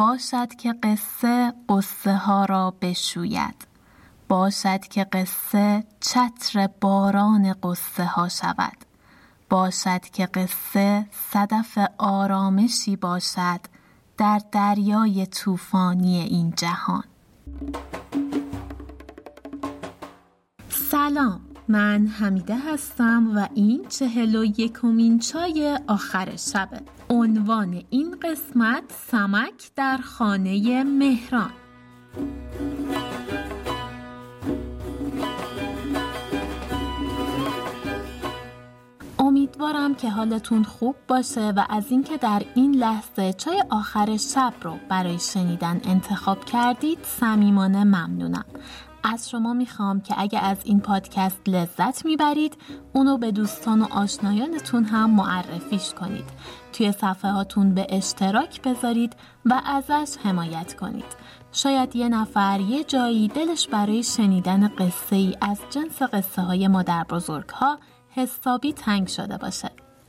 باشد که قصه ها را بشوید، باشد که قصه چتر باران قصه ها شود، باشد که قصه صدف آرامشی باشد در دریای طوفانی این جهان. سلام، من حمیده هستم و این 41مین چای آخر شبه. عنوان این قسمت سمک در خانه مهران. امیدوارم که حالتون خوب باشه و از اینکه در این لحظه چای آخر شب رو برای شنیدن انتخاب کردید صمیمانه ممنونم. از شما میخوام که اگه از این پادکست لذت میبرید اونو به دوستان و آشنایانتون هم معرفیش کنید. توی صفحاتون به اشتراک بذارید و ازش حمایت کنید. شاید یه نفر یه جایی دلش برای شنیدن قصه ای از جنس قصه های مادر بزرگ ها حسابی تنگ شده باشه.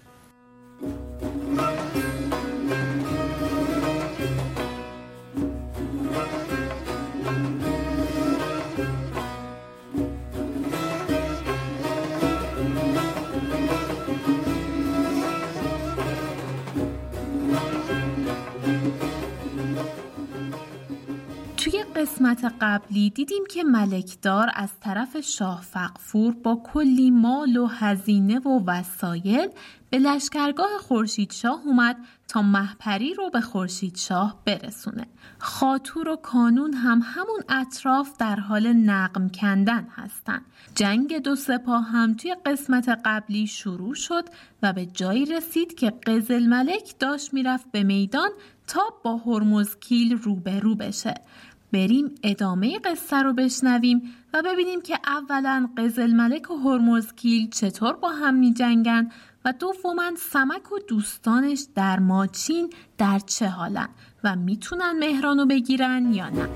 توی قسمت قبلی دیدیم که ملکدار از طرف شاه فغفور با کلی مال و هزینه و وسایل به لشکرگاه خورشیدشاه اومد تا مهپری رو به خورشیدشاه برسونه. خاطور و کانون هم همون اطراف در حال نغم کندن هستن. جنگ دو سپاه هم توی قسمت قبلی شروع شد و به جایی رسید که قزلملک داشت میرفت به میدان تا با هرمزکیل روبرو بشه. بریم ادامه قصه رو بشنویم و ببینیم که اولا قزلملک و هرمزکیل چطور با هم می جنگن و دوما سمک و دوستانش در ماچین در چه حالن و میتونن مهرانو بگیرن یا نه.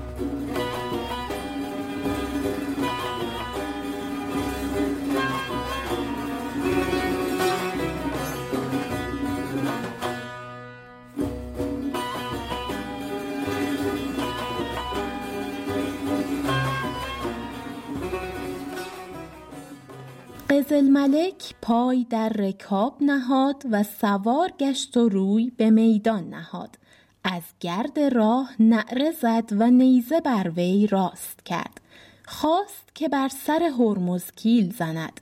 قزلملک پای در رکاب نهاد و سوار گشت و روی به میدان نهاد. از گرد راه نعره زد و نیزه بر وی راست کرد. خواست که بر سر هرمزکیل زند.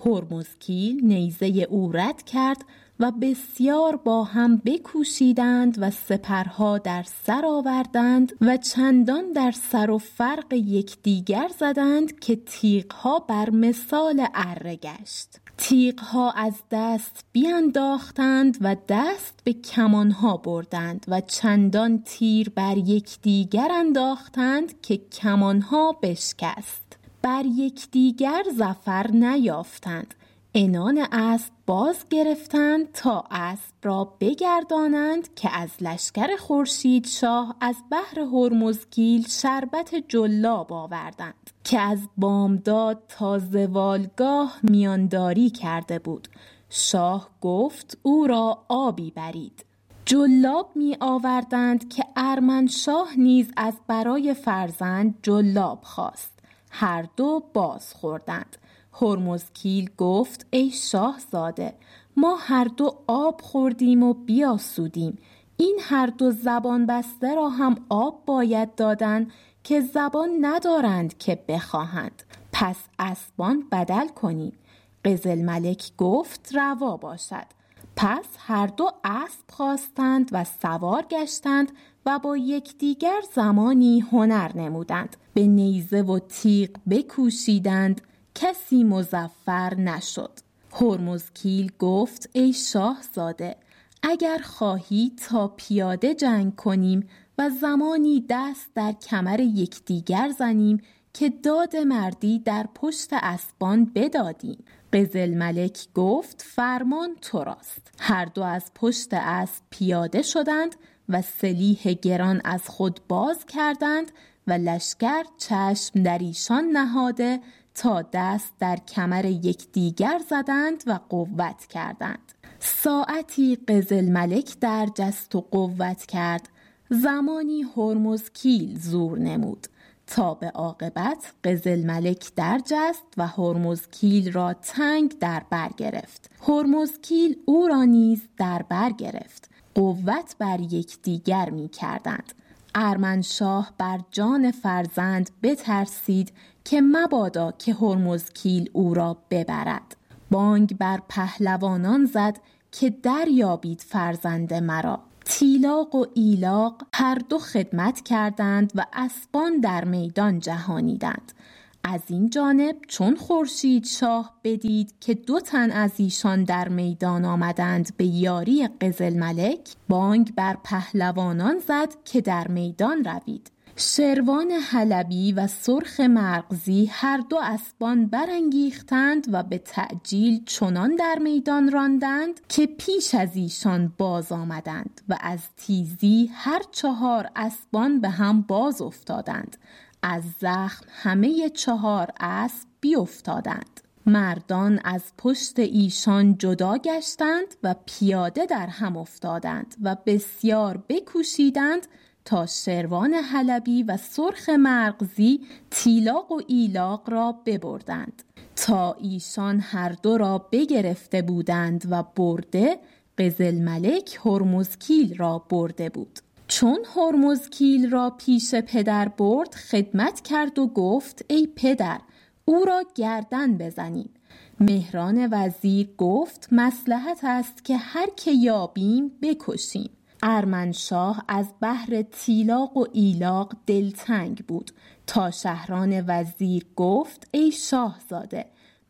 هرمزکیل نیزه او رد کرد و بسیار با هم بکوشیدند و سپرها در سر آوردند و چندان در سر و فرق یکدیگر زدند که تیغها بر مثال اره گشت. تیغها از دست بینداختند و دست به کمانها بردند و چندان تیر بر یکدیگر انداختند که کمانها بشکست. بر یکدیگر ظفر نیافتند. عنان اسب باز گرفتند تا اسب را بگردانند که از لشکر خورشیدشاه از بحر هرمزکیل شربت جلاب آوردند که از بامداد تا زوالگاه میانداری کرده بود. شاه گفت او را آبی برید. جلاب می آوردند که ارمنشاه نیز از برای فرزند جلاب خواست. هر دو باز خوردند. هرمزکیل گفت ای شاهزاده، ما هر دو آب خوردیم و بیاسودیم. این هر دو زبان بسته را هم آب باید دادن که زبان ندارند که بخواهند. پس اسبان بدل کنیم. قزلملک گفت روا باشد. پس هر دو اسب خواستند و سوار گشتند و با یکدیگر زمانی هنر نمودند. به نیزه و تیغ بکوشیدند، کسی مظفر نشد. هرمزکیل گفت ای شاهزاده، اگر خواهی تا پیاده جنگ کنیم و زمانی دست در کمر یکدیگر زنیم که داد مردی در پشت اسبان بدادیم. قزلملک گفت فرمان تو راست. هر دو از پشت اسب پیاده شدند و سلیح گران از خود باز کردند و لشکر چشم در ایشان نهاده تا دست در کمر یکدیگر زدند و قوت کردند. ساعتی قزلملک در جست و قوت کرد. زمانی هرمزکیل زور نمود تا به عاقبت قزلملک درجست و هرمزکیل را تنگ در بر گرفت. هرمزکیل او را نیز در بر گرفت. قوت بر یکدیگر می کردند. ارمنشاه بر جان فرزند بترسید که مبادا که هرمزکیل او را ببرد. بانگ بر پهلوانان زد که دریابید فرزند مرا. تیلاق و ایلاق هر دو خدمت کردند و اسبان در میدان جهانیدند. از این جانب چون خورشید شاه بدید که 2 تن از ایشان در میدان آمدند به یاری قزلملک، بانگ بر پهلوانان زد که در میدان روید. شروان حلبی و سرخ مرغزی هر 2 اسبان برانگیختند و به تعجیل چنان در میدان راندند که پیش از ایشان باز آمدند و از تیزی هر 4 اسبان به هم باز افتادند. از زخم همه 4 اسب بیفتادند. مردان از پشت ایشان جدا گشتند و پیاده در هم افتادند و بسیار بکوشیدند تا شروان حلبی و سرخ مرغزی تیلاق و ایلاق را ببردند. تا ایشان هر 2 را بگرفته بودند و برده، قزلملک هرمزکیل را برده بود. چون هرمزکیل را پیش پدر برد، خدمت کرد و گفت ای پدر، او را گردن بزنیم. مهران وزیر گفت مصلحت است که هر که یابیم بکشیم. ارمنشاه از بحر تیلاق و ایلاق دلتنگ بود. تا شهران وزیر گفت ای شاهزاده،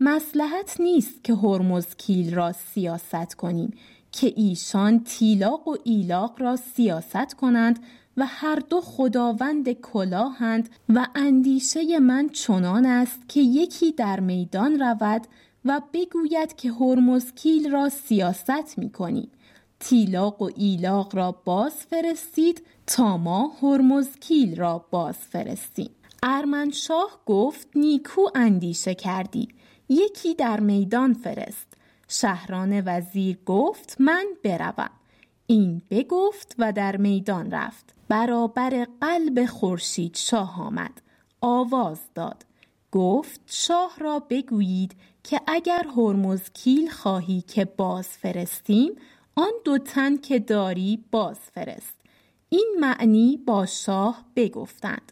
مصلحت نیست که هرمزکیل را سیاست کنیم که ایشان تیلاق و ایلاق را سیاست کنند و هر 2 خداوند کلاهند و اندیشه من چنان است که یکی در میدان رود و بگوید که هرمزکیل را سیاست می کنیم. تیلاق و ایلاق را باز فرستید تا ما هرمزکیل را باز فرستیم. ارمنشاه گفت نیکو اندیشه کردی، یکی در میدان فرست. شهران وزیر گفت من بروم. این بگفت و در میدان رفت. برابر قلب خورشید شاه آمد. آواز داد. گفت شاه را بگویید که اگر هرمزکیل خواهی که باز فرستیم، آن 2 تن که داری باز فرست. این معنی با شاه بگفتند.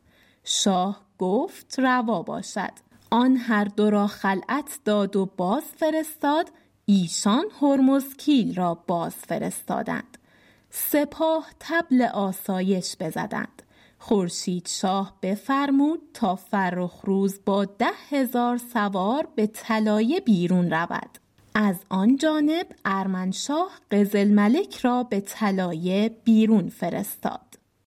شاه گفت روا باشد. آن هر 2 را خلعت داد و باز فرستاد. ایشان هرمزکیل را باز فرستادند. سپاه طبل آسایش بزدند. خورشید شاه بفرمود تا فرخروز با 10,000 سوار به طلایه بیرون رود. از آن جانب ارمنشاه قزلملک را به طلایه بیرون فرستاد.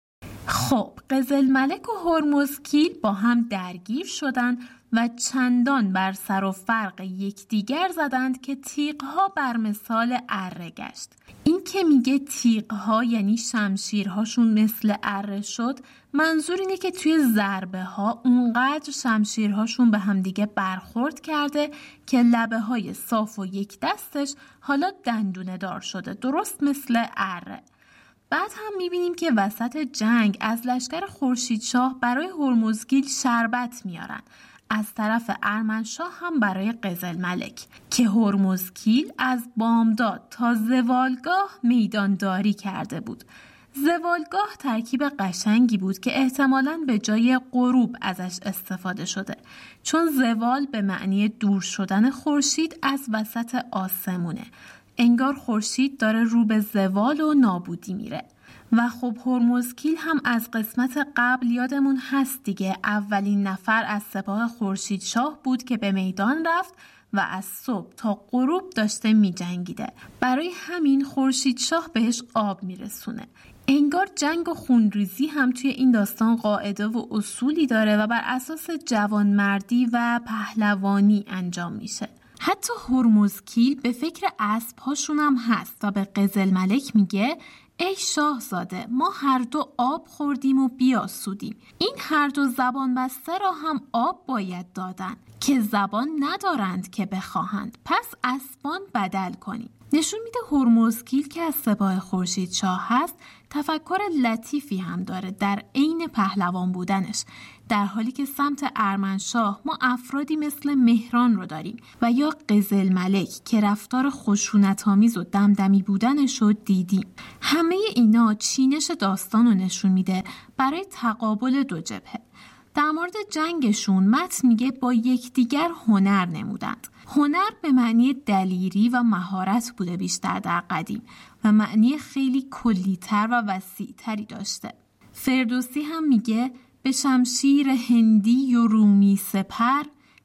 خب قزلملک و هرمزکیل با هم درگیر شدند و چندان بر سر و فرق یکدیگر زدند که تیغ‌ها بر مثال اره گشت. این که میگه تیغ‌ها یعنی شمشیرهاشون مثل اره شد، منظور اینه که توی ضربه ها اونقدر شمشیرهاشون به همدیگه برخورد کرده که لبه های صاف و یک دستش حالا دندونه دار شده، درست مثل اره. بعد هم میبینیم که وسط جنگ از لشکر خورشیدشاه برای هرمزکیل شربت میارن، از طرف ارمنشاه هم برای قزلملک، که هرمزکیل از بامداد تا زوالگاه میدانداری کرده بود. زوالگاه ترکیب قشنگی بود که احتمالاً به جای غروب ازش استفاده شده، چون زوال به معنی دور شدن خورشید از وسط آسمونه. انگار خورشید داره رو به زوال و نابودی میره. و خب هرمزکیل هم از قسمت قبل یادمون هست دیگه، اولین نفر از سپاه خورشیدشاه بود که به میدان رفت و از صبح تا غروب داشته می جنگیده. برای همین خورشیدشاه بهش آب میرسونه. انگار جنگ و خونریزی هم توی این داستان قاعده و اصولی داره و بر اساس جوانمردی و پهلوانی انجام میشه. حتی هرمزکیل به فکر اسب‌هاشون هم هست و به قزلملک میگه ای شاهزاده، ما هر 2 آب خوردیم و بیاسودیم. این هر 2 زبان بسته را هم آب باید دادن. که زبان ندارند که بخواهند، پس اسبان بدل کنید. نشون میده هرمزگیل که از سپاه خورشیدشاه هست تفکر لطیفی هم داره در عین پهلوان بودنش، در حالی که سمت ارمنشاه ما افرادی مثل مهران رو داریم و یا قزلملک که رفتار خشونت‌آمیز و دمدمی بودنش رو دیدیم. همه اینا چینش داستان رو نشون میده برای تقابل دو جبهه. در مورد جنگشون متن میگه با یکدیگر هنر نمودند. هنر به معنی دلیری و مهارت بوده بیشتر در قدیم و معنی خیلی کلی‌تر و وسیع‌تری داشته. فردوسی هم میگه به شمشیر هندی و رومی سپر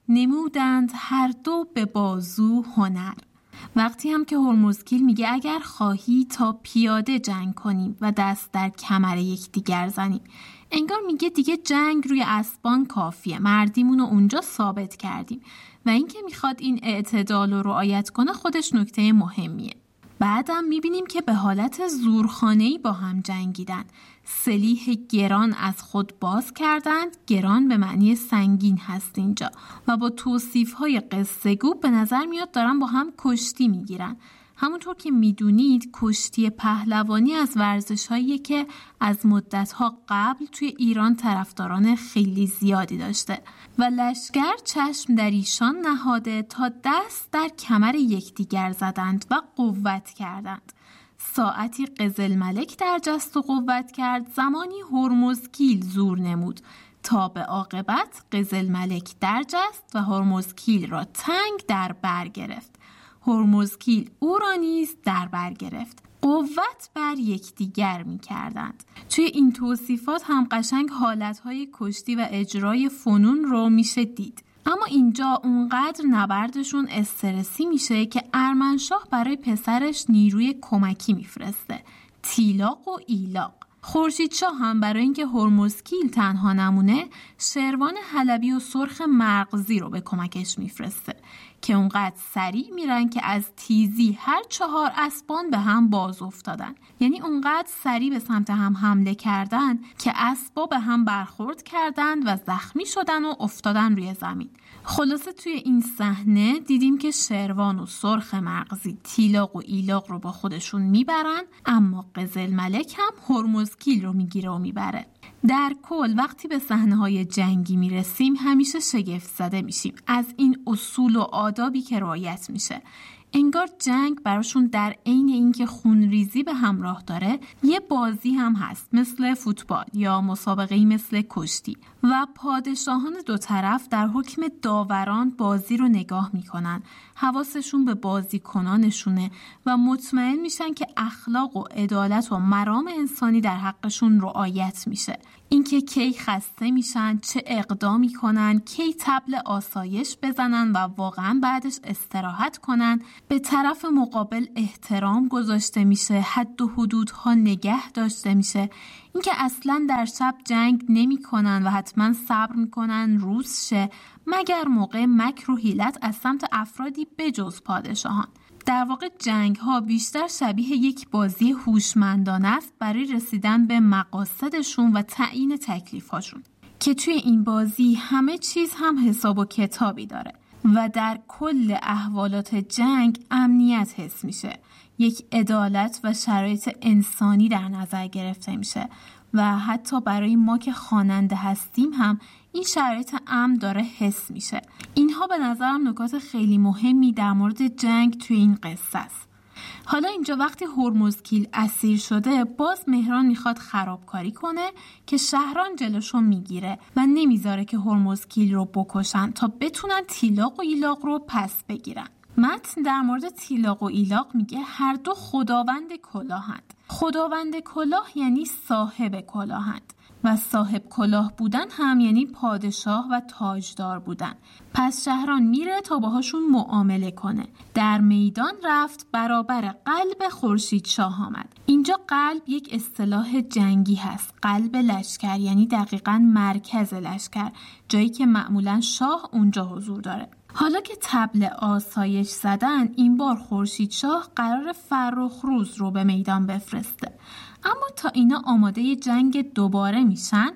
نمودند هر دو به بازو هنر. وقتی هم که هرمزگیل میگه اگر خواهی تا پیاده جنگ کنیم و دست در کمر یکدیگر زنیم، انگار میگه دیگه جنگ روی اسبان کافیه، مردیمون رو اونجا ثابت کردیم و اینکه میخواد این اعتدال رو رعایت کنه خودش نکته مهمیه. بعدم میبینیم که به حالت زورخانه‌ای با هم جنگیدن، سلیح گران از خود باز کردند. گران به معنی سنگین هست اینجا و با توصیف‌های قصه‌گو به نظر میاد دارن با هم کشتی میگیرن. همونطور که میدونید کشتی پهلوانی از ورزش‌هاییه که از مدت‌ها قبل توی ایران طرفداران خیلی زیادی داشته و لشکر چشم در ایشان نهاده تا دست در کمر یکدیگر زدند و قوت کردند. ساعتی قزلملک در جست و قوت کرد، زمانی هرمزگیل زور نمود تا به عاقبت قزلملک در جست و هرمزگیل را تنگ در بر گرفت. هرمزگیل او را نیز در بر گرفت. قوت بر یکدیگر می کردند. توی این توصیفات هم قشنگ حالتهای کشتی و اجرای فنون رو میشه دید. اما اینجا اونقدر نبردشون استرسی میشه که ارمنشاه برای پسرش نیروی کمکی میفرسته، تیلاق و ایلاق. خورشیدشاه هم برای اینکه هرمزگیل تنها نمونه شروان حلبی و سرخ مرغزی رو به کمکش میفرسته که اونقدر سریع میرن که از تیزی هر 4 اسبان به هم باز افتادن. یعنی اونقدر سریع به سمت هم حمله کردن که اسبا به هم برخورد کردن و زخمی شدن و افتادن روی زمین. خلاصه توی این صحنه دیدیم که شروان و سرخ مرغزی تیلاق و ایلاق رو با خودشون میبرن، اما قزلملک هم هرمزگیل رو میگیره و میبره. در کل وقتی به صحنه‌های جنگی میرسیم همیشه شگفت زده میشیم از این اصول و آدابی که رعایت میشه. انگار جنگ براشون در عین اینکه خونریزی به همراه داره یه بازی هم هست، مثل فوتبال یا مسابقه‌ای مثل کشتی، و پادشاهان دو طرف در حکم داوران بازی رو نگاه میکنن، حواسشون به بازیکنانشونه و مطمئن میشن که اخلاق و عدالت و مرام انسانی در حقشون رعایت میشه. اینکه کی خسته میشن، چه اقدامی کنن، کی طبل آسایش بزنن و واقعا بعدش استراحت کنن، به طرف مقابل احترام گذاشته میشه، حد و حدودها نگه داشته میشه. اینکه اصلا در شب جنگ نمی کنن و حتما صبر میکنن روز شه مگر موقع مکر و حیلت از سمت افرادی بجز پادشاهان. در واقع جنگ ها بیشتر شبیه یک بازی هوشمندانه است برای رسیدن به مقاصدشون و تعیین تکلیفاشون که توی این بازی همه چیز هم حساب و کتابی داره و در کل احوالات جنگ امنیت حس میشه، یک عدالت و شرایط انسانی در نظر گرفته میشه و حتی برای ما که خواننده هستیم هم این شرایط امن داره حس میشه. اینها به نظرم نکات خیلی مهمی در مورد جنگ توی این قصه است. حالا اینجا وقتی هرمزگیل اسیر شده باز مهران میخواد خرابکاری کنه که شهران جلوشو میگیره و نمیذاره که هرمزگیل رو بکشن تا بتونن تیلاق و ایلاق رو پس بگیرن. متن در مورد تیلاق و ایلاق میگه هر دو خداوند کلاهند. خداوند کلاه یعنی صاحب کلاهند و صاحب کلاه بودن هم یعنی پادشاه و تاجدار بودن. پس شهران میره تا باهاشون معامله کنه. در میدان رفت برابر قلب خورشیدشاه آمد. اینجا قلب یک اصطلاح جنگی هست. قلب لشکر یعنی دقیقاً مرکز لشکر، جایی که معمولاً شاه اونجا حضور داره. حالا که طبل آسایش زدن، این بار خورشیدشاه قرار فرخروز رو به میدان بفرسته. اما تا اینا آماده جنگ دوباره میشن،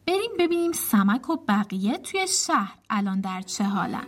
بریم ببینیم سمک و بقیه توی شهر الان در چه حالن.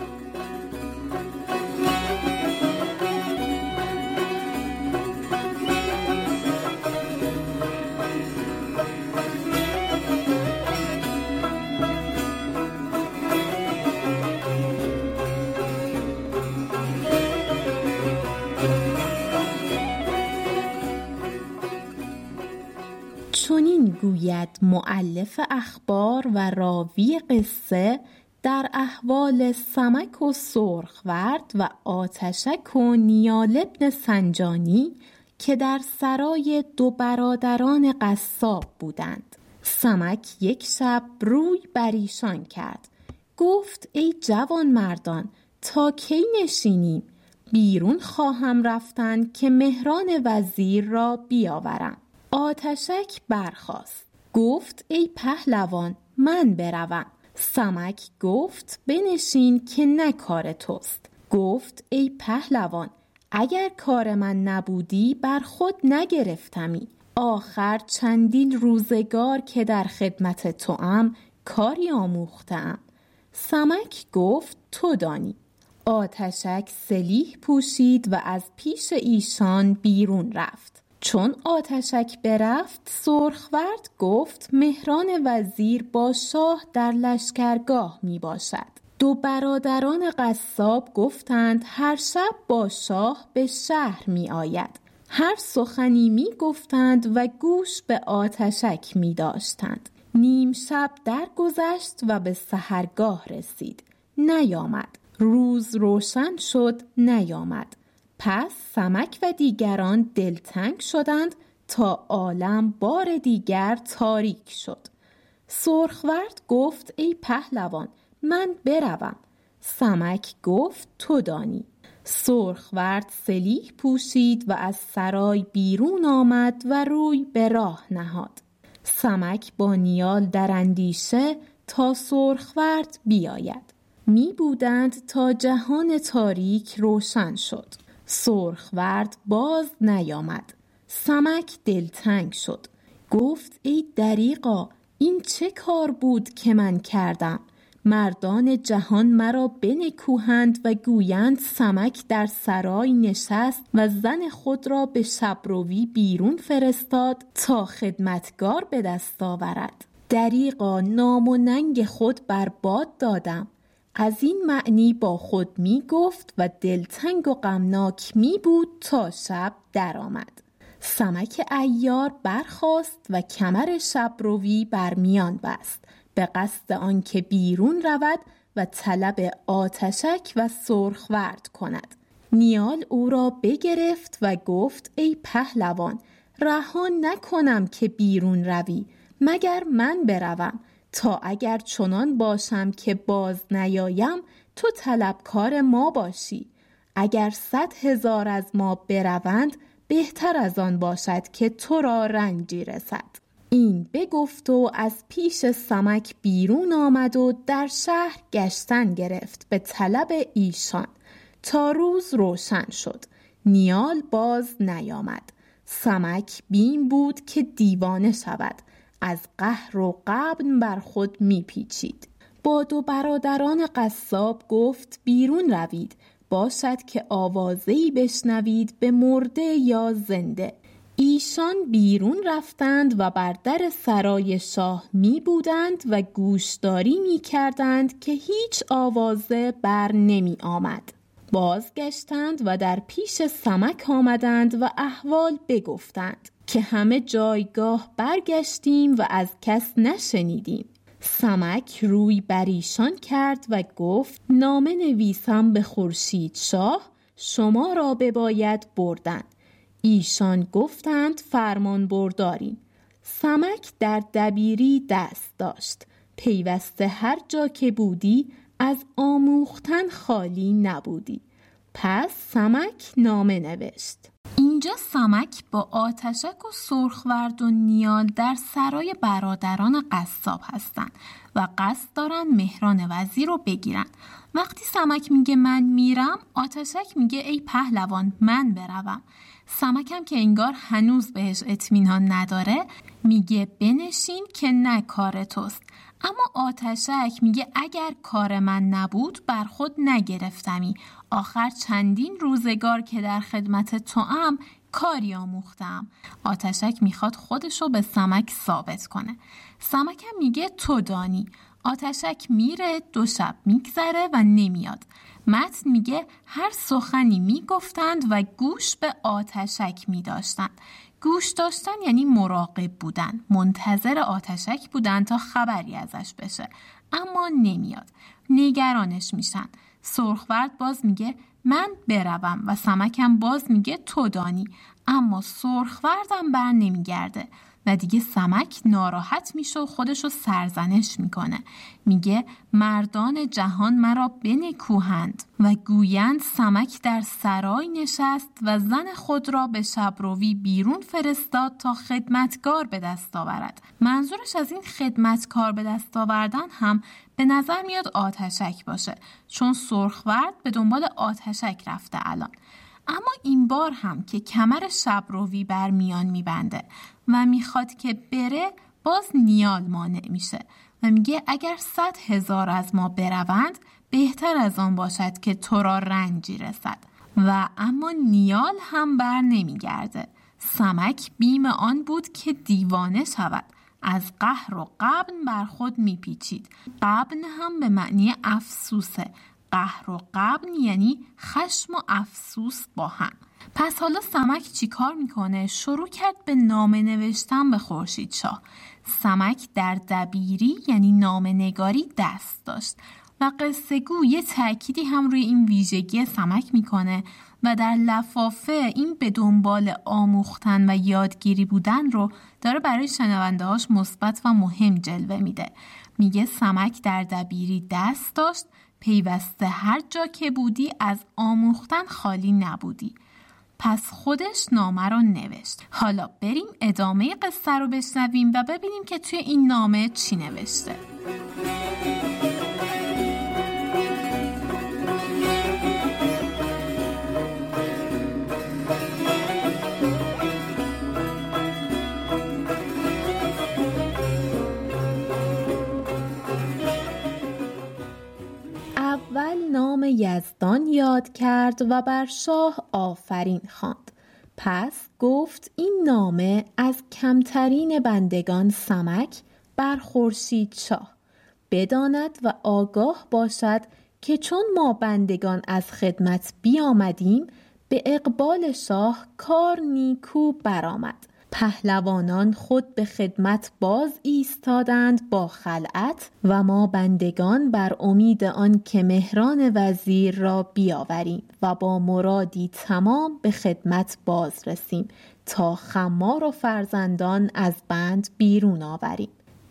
چنین گوید مؤلف اخبار و راوی قصه در احوال سمک و سرخورد و آتشک و نیال بن سنجانی که در سرای دو برادران قصاب بودند. سمک یک شب روی بر ایشان کرد. گفت ای جوان مردان، تا کی نشینیم؟ بیرون خواهم رفتن که مهران وزیر را بیاورم. آتشک برخاست. گفت ای پهلوان، من بروم. سمک گفت بنشین که نه کار توست. گفت ای پهلوان، اگر کار من نبودی بر خود نگرفتمی. آخر چندین روزگار که در خدمت توام کاری آموختم. سمک گفت تو دانی. آتشک سلیح پوشید و از پیش ایشان بیرون رفت. چون آتشک برفت، سرخورد گفت مهران وزیر با شاه در لشکرگاه می باشد. دو برادران قصاب گفتند هر شب با شاه به شهر می آید. هر سخنی می گفتند و گوش به آتشک می داشتند. نیم شب درگذشت و به سحرگاه رسید. نیامد. روز روشن شد. نیامد. پس سمک و دیگران دلتنگ شدند تا عالم بار دیگر تاریک شد. سرخورد گفت ای پهلوان، من بروم. سمک گفت تو دانی. سرخورد سلیح پوشید و از سرای بیرون آمد و روی به راه نهاد. سمک با نیال در اندیشه تا سرخورد بیاید. می بودند تا جهان تاریک روشن شد. سرخورد باز نیامد. سمک دلتنگ شد. گفت ای دریغا، این چه کار بود که من کردم؟ مردان جهان مرا بنکوهند و گویند سمک در سرای نشست و زن خود را به شبروی بیرون فرستاد تا خدمتگار به دست آورد. دریغا، نام و ننگ خود برباد دادم. از این معنی با خود می گفت و دلتنگ و غمناک می بود تا شب درآمد. سمک عیار برخاست و کمر شبروی بر میان بست به قصد آنکه بیرون رود و طلب آتشک و سرخورد کند. نیال او را بگرفت و گفت ای پهلوان، رها نکنم که بیرون روی مگر من بروم، تا اگر چنان باشم که باز نیایم تو طلبکار ما باشی. اگر 100,000 از ما بروند بهتر از آن باشد که تو را رنجی رسد. این بگفت و از پیش سمک بیرون آمد و در شهر گشتن گرفت به طلب ایشان تا روز روشن شد. نیال باز نیامد. سمک بیم بود که دیوانه شود. از قهر و غبن بر خود می پیچید. با دو برادران قصاب گفت بیرون روید، باشد که آوازه‌ای بشنوید به مرده یا زنده. ایشان بیرون رفتند و بر در سرای شاه می بودند و گوشداری می کردند که هیچ آوازه بر نمی آمد. بازگشتند و در پیش سمک آمدند و احوال بگفتند که همه جایگاه برگشتیم و از کس نشنیدیم. سمک روی بر ایشان کرد و گفت نامه نویسم به خورشید شاه، شما را بباید بردن. ایشان گفتند فرمان برداریم. سمک در دبیری دست داشت. پیوسته هر جا که بودی از آموختن خالی نبودی. پس سمک نامه نوشت. اینجا سمک با آتشک و سرخورد و نیال در سرای برادران قصاب هستند و قصد دارن مهران وزیر رو بگیرن. وقتی سمک میگه من میرم، آتشک میگه ای پهلوان، من بروم. سمکم که انگار هنوز بهش اطمینان نداره میگه بنشین که نه کار توست. اما آتشک میگه اگر کار من نبود بر خود نگرفتمی. آخر چندین روزگار که در خدمت توام کاری آموختم. آتشک میخواد خودشو به سمک ثابت کنه. سمکم میگه تو دانی. آتشک میره، 2 شب میگذره و نمیاد. متن میگه هر سخنی میگفتند و گوش به آتشک میداشتند. گوش داشتن یعنی مراقب بودن، منتظر آتشک بودن تا خبری ازش بشه، اما نمیاد. نگرانش میشن. سرخورد باز میگه من بروم و سمکم باز میگه تو دانی، اما سرخوردم بر نمیگرده و دیگه سمک ناراحت میشه و خودشو سرزنش میکنه. میگه مردان جهان مرا بنکوهند و گویند سمک در سرای نشست و زن خود را به شبروی بیرون فرستاد تا خدمتگار به دست آورد. منظورش از این خدمتکار به دست آوردن هم به نظر میاد آتشک باشه، چون سرخورد به دنبال آتشک رفته الان. اما این بار هم که کمر شبروی بر میان میبنده و میخواد که بره، باز نیال مانع میشه و میگه اگر 100,000 از ما بروند بهتر از آن باشد که تو را رنجی رسد. و اما نیال هم بر نمیگرده. سمک بیم آن بود که دیوانه شود. از قهر و غبن بر خود میپیچید. غبن هم به معنی افسوسه. قهر و غبن یعنی خشم و افسوس با هم. پس حالا سمک چی کار میکنه؟ شروع کرد به نامه نوشتن به خورشیدشاه. سمک در دبیری یعنی نامه نگاری دست داشت و قصه گو یه تأکیدی هم روی این ویژگی سمک میکنه و در لفافه این به دنبال آموختن و یادگیری بودن رو داره برای شنونده هاش مثبت و مهم جلوه میده. میگه سمک در دبیری دست داشت، پیوسته هر جا که بودی از آموختن خالی نبودی. پس خودش نامه رو نوشت. حالا بریم ادامه قصه رو بشنویم و ببینیم که توی این نامه چی نوشته. اول نام یزدان یاد کرد و بر شاه آفرین خواند. پس گفت این نامه از کمترین بندگان سمک بر خورشیدشاه بداند و آگاه باشد که چون ما بندگان از خدمت بیامدیم به اقبال شاه کار نیکو برآمد. پهلوانان خود به خدمت باز ایستادند با خلعت و ما بندگان بر امید آن که مهران وزیر را بیاوریم و با مرادی تمام به خدمت باز رسیم تا خمار و فرزندان از بند بیرون آوریم.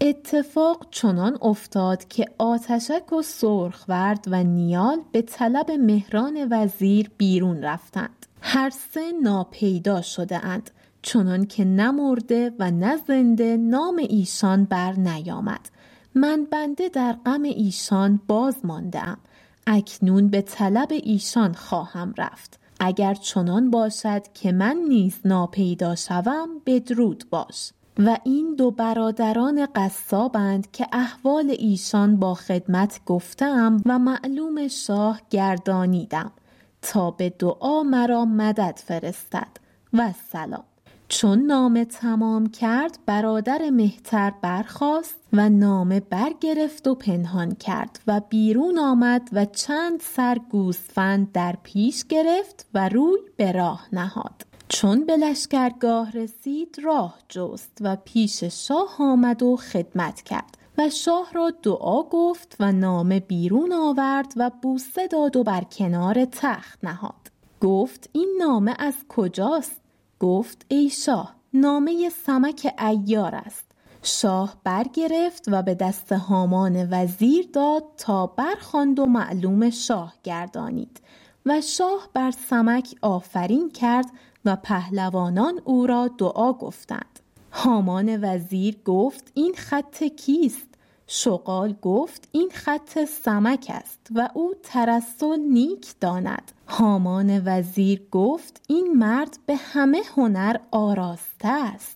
اتفاق چنان افتاد که آتشک و سرخورد و نیال به طلب مهران وزیر بیرون رفتند. هر 3 ناپیدا شده اند، چنان که نه مرده و نه زنده نام ایشان بر نیامد. من بنده در غم ایشان باز ماندم. اکنون به طلب ایشان خواهم رفت. اگر چنان باشد که من نیز ناپیدا شوم بدرود باش. و این 2 برادران قصابند که احوال ایشان با خدمت گفتم و معلوم شاه گردانیدم تا به دعا مرا مدد فرستد و سلام. چون نامه تمام کرد برادر مهتر برخاست و نامه برگرفت و پنهان کرد و بیرون آمد و چند سر گوسفند در پیش گرفت و روی به راه نهاد. چون به لشکرگاه رسید راه جست و پیش شاه آمد و خدمت کرد و شاه را دعا گفت و نامه بیرون آورد و بوسه داد و بر کنار تخت نهاد. گفت این نامه از کجاست؟ گفت ای شاه نامه سمک عیار است. شاه برگرفت و به دست هامان وزیر داد تا برخواند و معلوم شاه گردانید و شاه بر سمک آفرین کرد و پهلوانان او را دعا گفتند. هامان وزیر گفت این خط کیست؟ شغال گفت این خط سمک است و او ترسل نیک داند. هامان وزیر گفت این مرد به همه هنر آراسته است.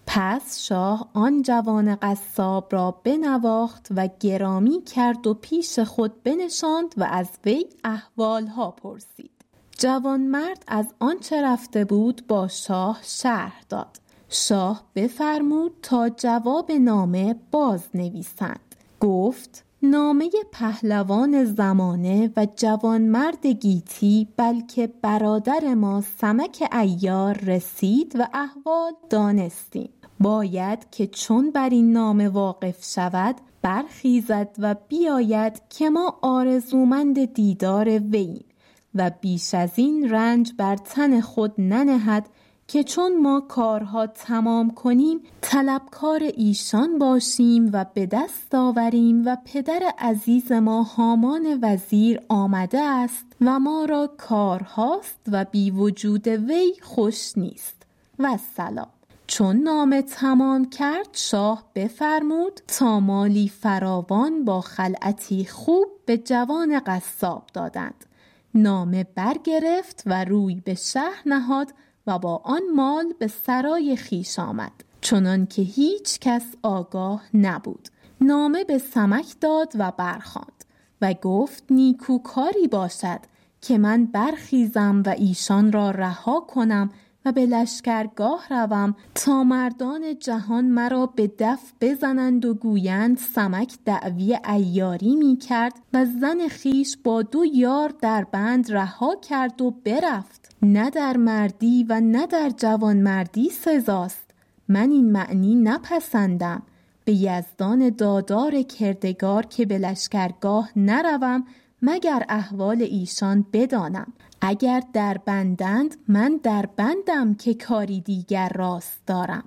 پس شاه آن جوان قصاب را بنواخت و گرامی کرد و پیش خود بنشاند و از وی احوالها پرسید. جوان مرد از آنچه رفته بود با شاه شرح داد. شاه بفرمود تا جواب نامه باز نویسند. گفت نامه پهلوان زمانه و جوانمرد گیتی بلکه برادر ما سمک عیار رسید و احوال دانستیم. باید که چون بر این نامه واقف شود برخیزد و بیاید که ما آرزومند دیدار وییم و بیش از این رنج بر تن خود ننهد که چون ما کارها تمام کنیم طلبکار ایشان باشیم و به دست آوریم و پدر عزیز ما هامان وزیر آمده است و ما را کارهاست و بی وجود وی خوش نیست و سلام. چون نامه تمام کرد شاه بفرمود تا مالی فراوان با خلعتی خوب به جوان قصاب دادند. نامه برگرفت و روی به شهر نهاد و با آن مال به سرای خیش آمد، چنان که هیچ کس آگاه نبود. نامه به سمک داد و برخواند و گفت نیکوکاری باشد که من برخیزم و ایشان را رها کنم و به لشکرگاه روم تا مردان جهان مرا به دف بزنند و گویند سمک دعوی عیاری می کرد و زن خیش با 2 یار در بند رها کرد و برفت. نه در مردی و نه در جوانمردی سزاست. من این معنی نپسندم. به یزدان دادار کردگار که به لشکرگاه نروم مگر احوال ایشان بدانم. اگر در بندند من در بندم که کاری دیگر راست دارم.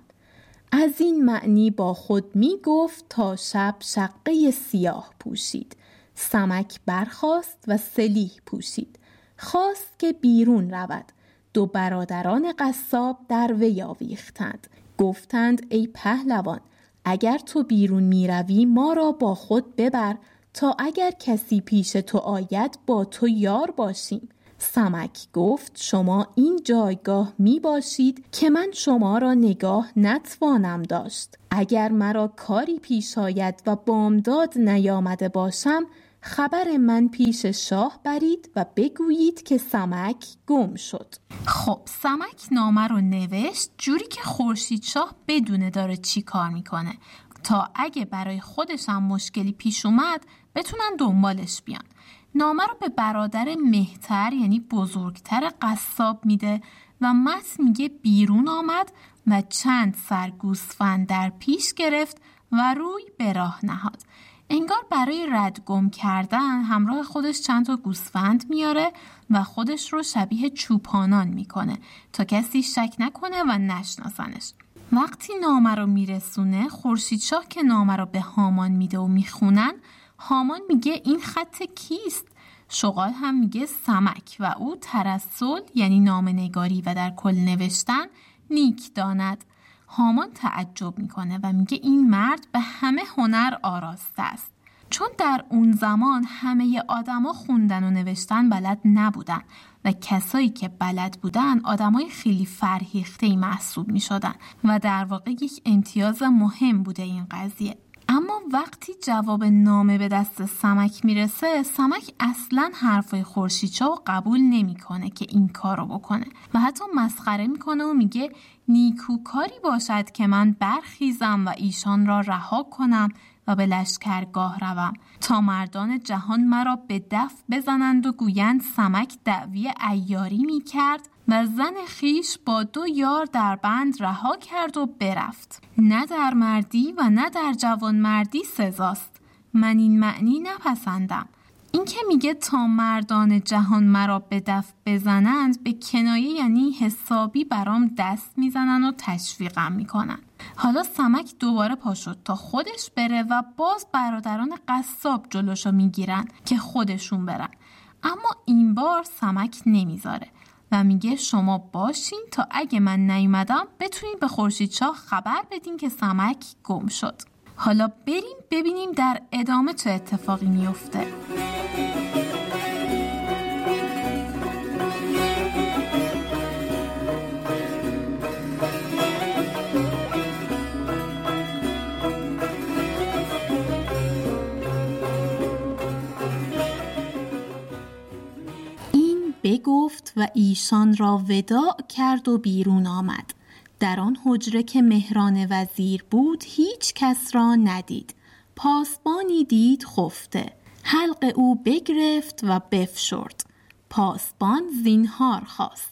از این معنی با خود می گفت تا شب شقه سیاه پوشید. سمک برخاست و سلیح پوشید. خواست که بیرون رود. 2 برادران قصاب در وی آویختند. گفتند ای پهلوان اگر تو بیرون می روی ما را با خود ببر تا اگر کسی پیش تو آید با تو یار باشیم. سمک گفت شما این جایگاه می باشید که من شما را نگاه نتوانم داشت. اگر مرا کاری پیش آید و بامداد نیامده باشم خبر من پیش شاه برید و بگویید که سمک گم شد. خب سمک نامه رو نوشت جوری که خورشیدشاه بدونه داره چی کار میکنه تا اگه برای خودش هم مشکلی پیش اومد بتونن دنبالش بیان. نامه رو به برادر مهتر یعنی بزرگتر قصاب میده و متن میگه بیرون آمد و چند سر گوسفند در پیش گرفت و روی به راه نهاد. انگار برای ردگم کردن همراه خودش چند تا گوسفند میاره و خودش رو شبیه چوپانان میکنه تا کسی شک نکنه و نشناسنش. وقتی نامه رو میرسونه خورشیدشاه که نامه رو به هامان میده و میخونن هامان میگه این خط کیست؟ شغال هم میگه سمک و او ترسل یعنی نامه‌نگاری و در کل نوشتن نیک داند. هامان تعجب میکنه و میگه این مرد به همه هنر آراسته است. چون در اون زمان همه آدما خوندن و نوشتن بلد نبودن و کسایی که بلد بودن آدمای خیلی فرهیخته‌ای محسوب میشدن و در واقع یک امتیاز مهم بوده این قضیه. اما وقتی جواب نامه به دست سمک میرسه سمک اصلاً حرفای خورشیدشاه قبول نمیکنه که این کارو بکنه و حتی مسخره میکنه و میگه نیکوکاری باشد که من برخیزم و ایشان را رها کنم و به لشکرگاه روم تا مردان جهان مرا به دف بزنند و گویند سمک دعوی عیاری میکرد و زن خیش با 2 یار در بند رها کرد و برفت. نه در مردی و نه در جوانمردی سزاست. من این معنی نپسندم. این که میگه تا مردان جهان مرا به دف بزنند به کنایه یعنی حسابی برام دست میزنن و تشویقم میکنن. حالا سمک دوباره پا شد تا خودش بره و باز برادران قصاب جلوشو میگیرن که خودشون برن. اما این بار سمک نمیذاره و میگه شما باشین تا اگه من نیومدم بتونین به خورشیدشاه خبر بدین که سمک گم شد. حالا بریم ببینیم در ادامه چه اتفاقی میفته. این بگفت و ایشان را وداع کرد و بیرون آمد. در آن حجره که مهران وزیر بود هیچ کس را ندید. پاسبانی دید خفته. حلق او بگرفت و بفشرد. پاسبان زینهار خواست.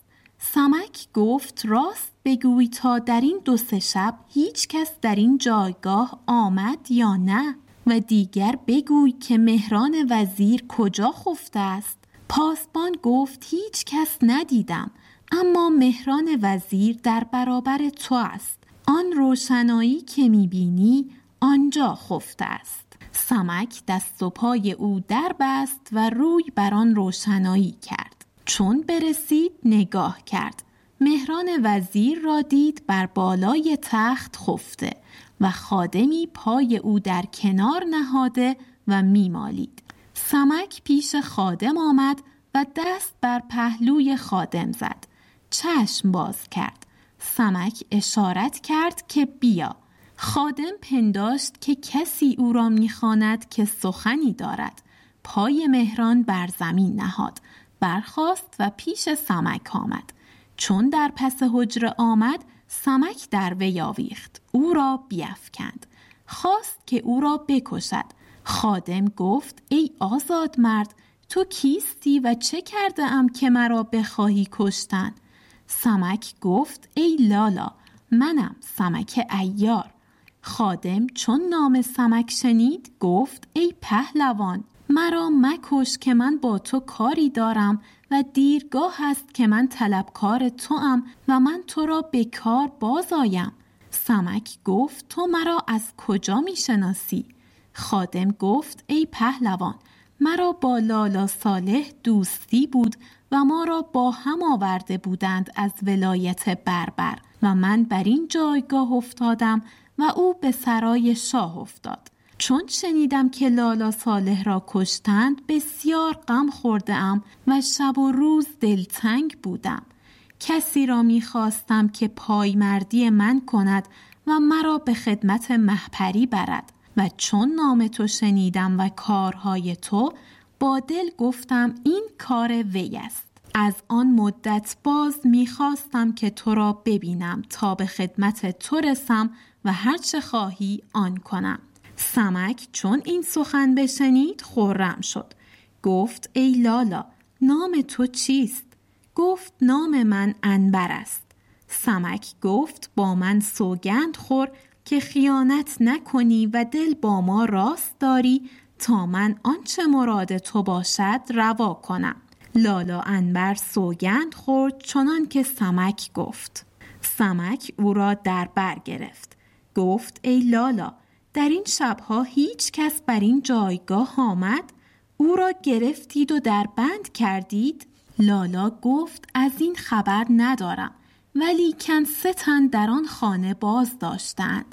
سمک گفت راست بگوی تا در این 2-3 شب هیچ کس در این جایگاه آمد یا نه؟ و دیگر بگوی که مهران وزیر کجا خفته است؟ پاسبان گفت هیچ کس ندیدم، اما مهران وزیر در برابر تو است. آن روشنایی که میبینی آنجا خفته است. سمک دست و پای او در بست و روی بر آن روشنایی کرد. چون برسید نگاه کرد. مهران وزیر را دید بر بالای تخت خفته و خادمی پای او در کنار نهاده و میمالید. سمک پیش خادم آمد و دست بر پهلوی خادم زد. چشم باز کرد. سمک اشارت کرد که بیا. خادم پنداشت که کسی او را می‌خواند که سخنی دارد. پای مهران بر زمین نهاد. برخاست و پیش سمک آمد. چون در پس حجره آمد، سمک در وی آویخت. او را بیفکند. خواست که او را بکشد. خادم گفت ای آزاد مرد، تو کیستی و چه کرده ام که مرا بخواهی کشتن؟ سمک گفت ای لالا، منم سمک عیار. خادم چون نام سمک شنید گفت ای پهلوان، مرا مکش که من با تو کاری دارم و دیرگاه است که من طلبکار توام و من تو را به کار باز آیم. سمک گفت تو مرا از کجا می شناسی؟ خادم گفت ای پهلوان، مرا با لالا صالح دوستی بود و ما را با هم آورده بودند از ولایت بربر و من بر این جایگاه افتادم و او به سرای شاه افتاد. چون شنیدم که لالا صالح را کشتند بسیار غم خورده‌ام و شب و روز دلتنگ بودم. کسی را می‌خواستم که پایمردی من کند و مرا به خدمت مهپری برد و چون نام تو شنیدم و کارهای تو، با دل گفتم این کار وی است. از آن مدت باز می‌خواستم که تو را ببینم تا به خدمت تو رسم و هر چه خواهی آن کنم. سمک چون این سخن بشنید خرم شد. گفت ای لالا، نام تو چیست؟ گفت نام من عنبر است. سمک گفت با من سوگند خور که خیانت نکنی و دل با ما راست داری تا من آنچه مراد تو باشد روا کنم. لالا عنبر سوگند خورد چنان که سمک گفت. سمک او را در بر گرفت. گفت ای لالا، در این شبها هیچ کس بر این جایگاه آمد؟ او را گرفتید و در بند کردید؟ لالا گفت از این خبر ندارم، ولیکن 3 تن در آن خانه باز داشتند.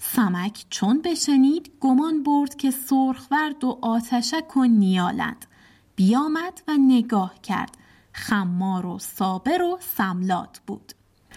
سمک چون بشنید گمان برد که سرخورد و آتشک و نیالند. بیامد و نگاه کرد. خمار و صابر و سملات بود.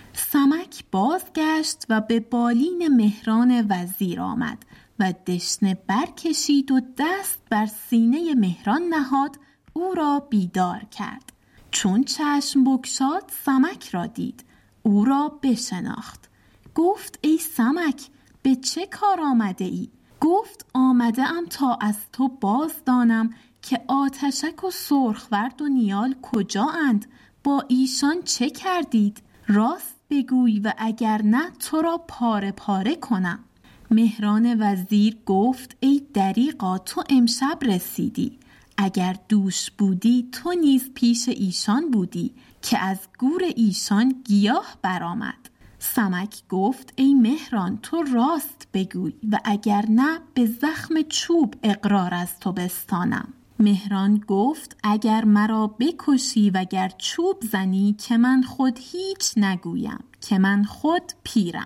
سمک بازگشت و به بالین مهران وزیر آمد و دشنه برکشید و دست بر سینه مهران نهاد، او را بیدار کرد. چون چشم بگشاد سمک را دید، او را بشناخت. گفت ای سمک، به چه کار آمده ای؟ گفت آمده ام تا از تو باز دانم که آتشک و سرخورد و نیال کجا اند؟ با ایشان چه کردید؟ راست بگوی و اگر نه تو را پاره پاره کنم. مهران وزیر گفت ای دریغا، تو امشب رسیدی. اگر دوش بودی تو نیز پیش ایشان بودی که از گور ایشان گیاه برآمد. سمک گفت ای مهران، تو راست بگوی و اگر نه به زخم چوب اقرار از تو بستانم. مهران گفت اگر مرا بکشی و گر چوب زنی که من خود هیچ نگویم، که من خود پیرم.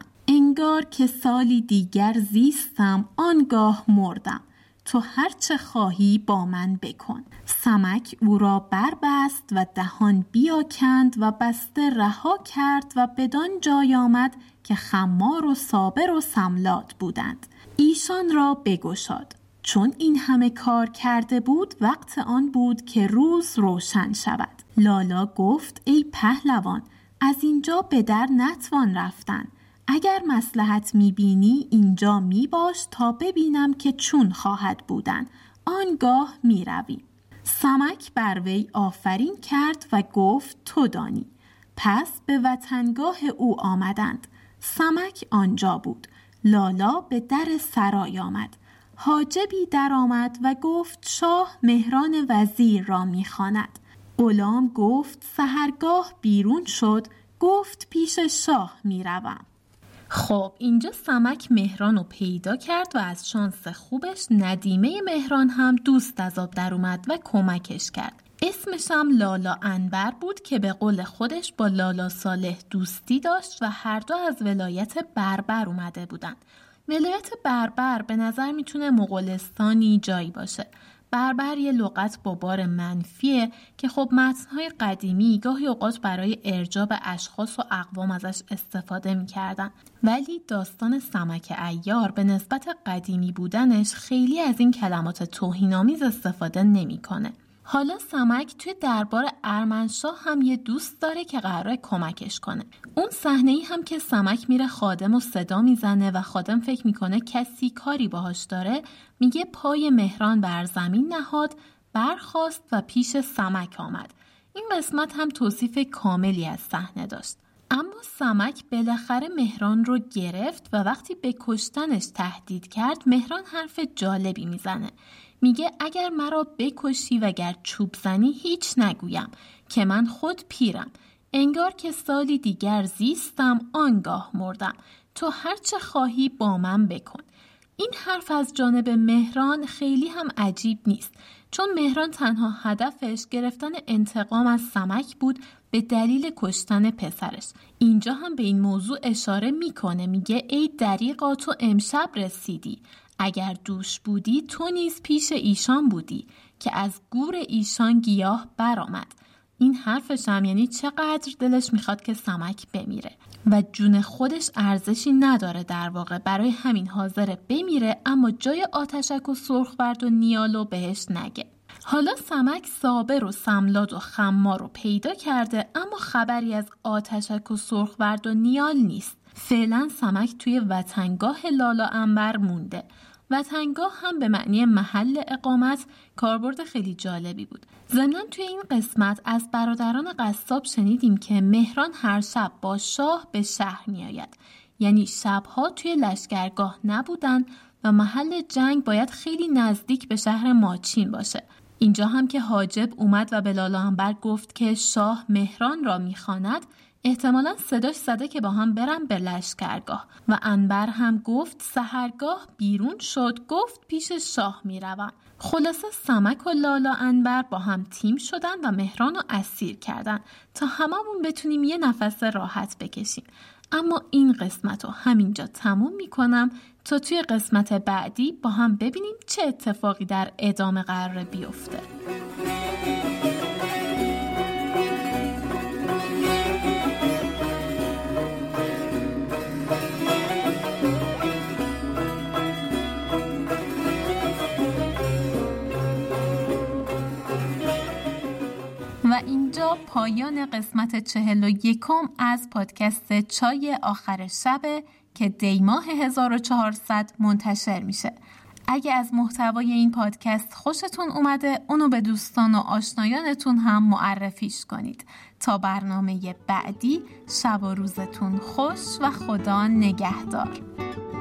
انگار که سالی دیگر زیستم آنگاه مردم، تو هرچه خواهی با من بکن. سمک او را بربست و دهان بیاکند و بسته رها کرد و بدان جای آمد که خمار و صابر و سملات بودند. ایشان را بگشاد. چون این همه کار کرده بود وقت آن بود که روز روشن شود. لالا گفت ای پهلوان، از اینجا به در نتوان رفتن. اگر مصلحت میبینی اینجا میباش تا ببینم که چون خواهد بودن، آنگاه میرویم. سمک بر وی آفرین کرد و گفت تو دانی. پس به وطنگاه او آمدند. سمک آنجا بود. لالا به در سرای آمد. حاجبی در آمد و گفت شاه مهران وزیر را میخواند. غلام گفت سحرگاه بیرون شد. گفت پیش شاه میروم. خب اینجا سمک مهران رو پیدا کرد و از شانس خوبش ندیمه مهران هم دوست از آب در اومد و کمکش کرد. اسمش هم لالا انبر بود که به قول خودش با لالا صالح دوستی داشت و هر دو از ولایت بربر اومده بودن. ولایت بربر به نظر میتونه مغولستانی جایی باشه. بربر یه لغت با بار منفیه که خب متن‌های قدیمی گاهی اوقات برای ارجاع اشخاص و اقوام ازش استفاده می‌کردن، ولی داستان سمک عیار به نسبت قدیمی بودنش خیلی از این کلمات توهین‌آمیز استفاده نمی‌کنه. حالا سمک توی دربار ارمنشاه هم یه دوست داره که قراره کمکش کنه. اون صحنه‌ای هم که سمک میره خادم و صدا میزنه و خادم فکر میکنه کسی کاری باهاش داره، میگه پای مهران بر زمین نهاد، برخاست و پیش سمک آمد. این قسمت هم توصیف کاملی از صحنه داشت. اما سمک بالاخره مهران رو گرفت و وقتی به کشتنش تهدید کرد، مهران حرف جالبی میزنه. میگه اگر مرا بکشی و گر چوب زنی هیچ نگویم که من خود پیرم. انگار که سالی دیگر زیستم آنگاه مردم. تو هرچه خواهی با من بکن. این حرف از جانب مهران خیلی هم عجیب نیست، چون مهران تنها هدفش گرفتن انتقام از سمک بود به دلیل کشتن پسرش. اینجا هم به این موضوع اشاره میکنه. میگه ای دریغا تو امشب رسیدی. اگر دوش بودی تو نیز پیش ایشان بودی که از گور ایشان گیاه برآمد. این حرفش هم یعنی چقدر دلش میخواد که سمک بمیره و جون خودش ارزشی نداره، در واقع برای همین حاضره بمیره، اما جای آتشک و سرخورد و نیالو بهش نگه. حالا سمک صابر و سملاد و خمار رو پیدا کرده، اما خبری از آتشک و سرخورد و نیال نیست. فعلا سمک توی وطنگاه لالا انبر مونده. وطنگاه هم به معنی محل اقامت کاربرد خیلی جالبی بود. ضمناً توی این قسمت از برادران قصاب شنیدیم که مهران هر شب با شاه به شهر می آید. یعنی شبها توی لشکرگاه نبودن و محل جنگ باید خیلی نزدیک به شهر ماچین باشه. اینجا هم که حاجب اومد و به لالا انبر گفت که شاه مهران را می خواند، احتمالاً صداش زده که با هم برن به لشکرگاه و انبر هم گفت سحرگاه بیرون شد. گفت پیش شاه میروم. خلاصه سمک و لالا انبر با هم تیم شدن و مهران رو اسیر کردن تا هممون بتونیم یه نفس راحت بکشیم. اما این قسمت رو همینجا تموم میکنم تا توی قسمت بعدی با هم ببینیم چه اتفاقی در ادامه قراره بیفته. و اینجا پایان قسمت 41 از پادکست چای آخر شبه که دیماه 1400 منتشر میشه. اگه از محتوای این پادکست خوشتون اومده، اونو به دوستان و آشنایانتون هم معرفیش کنید. تا برنامه بعدی، شب و روزتون خوش و خدا نگهدار.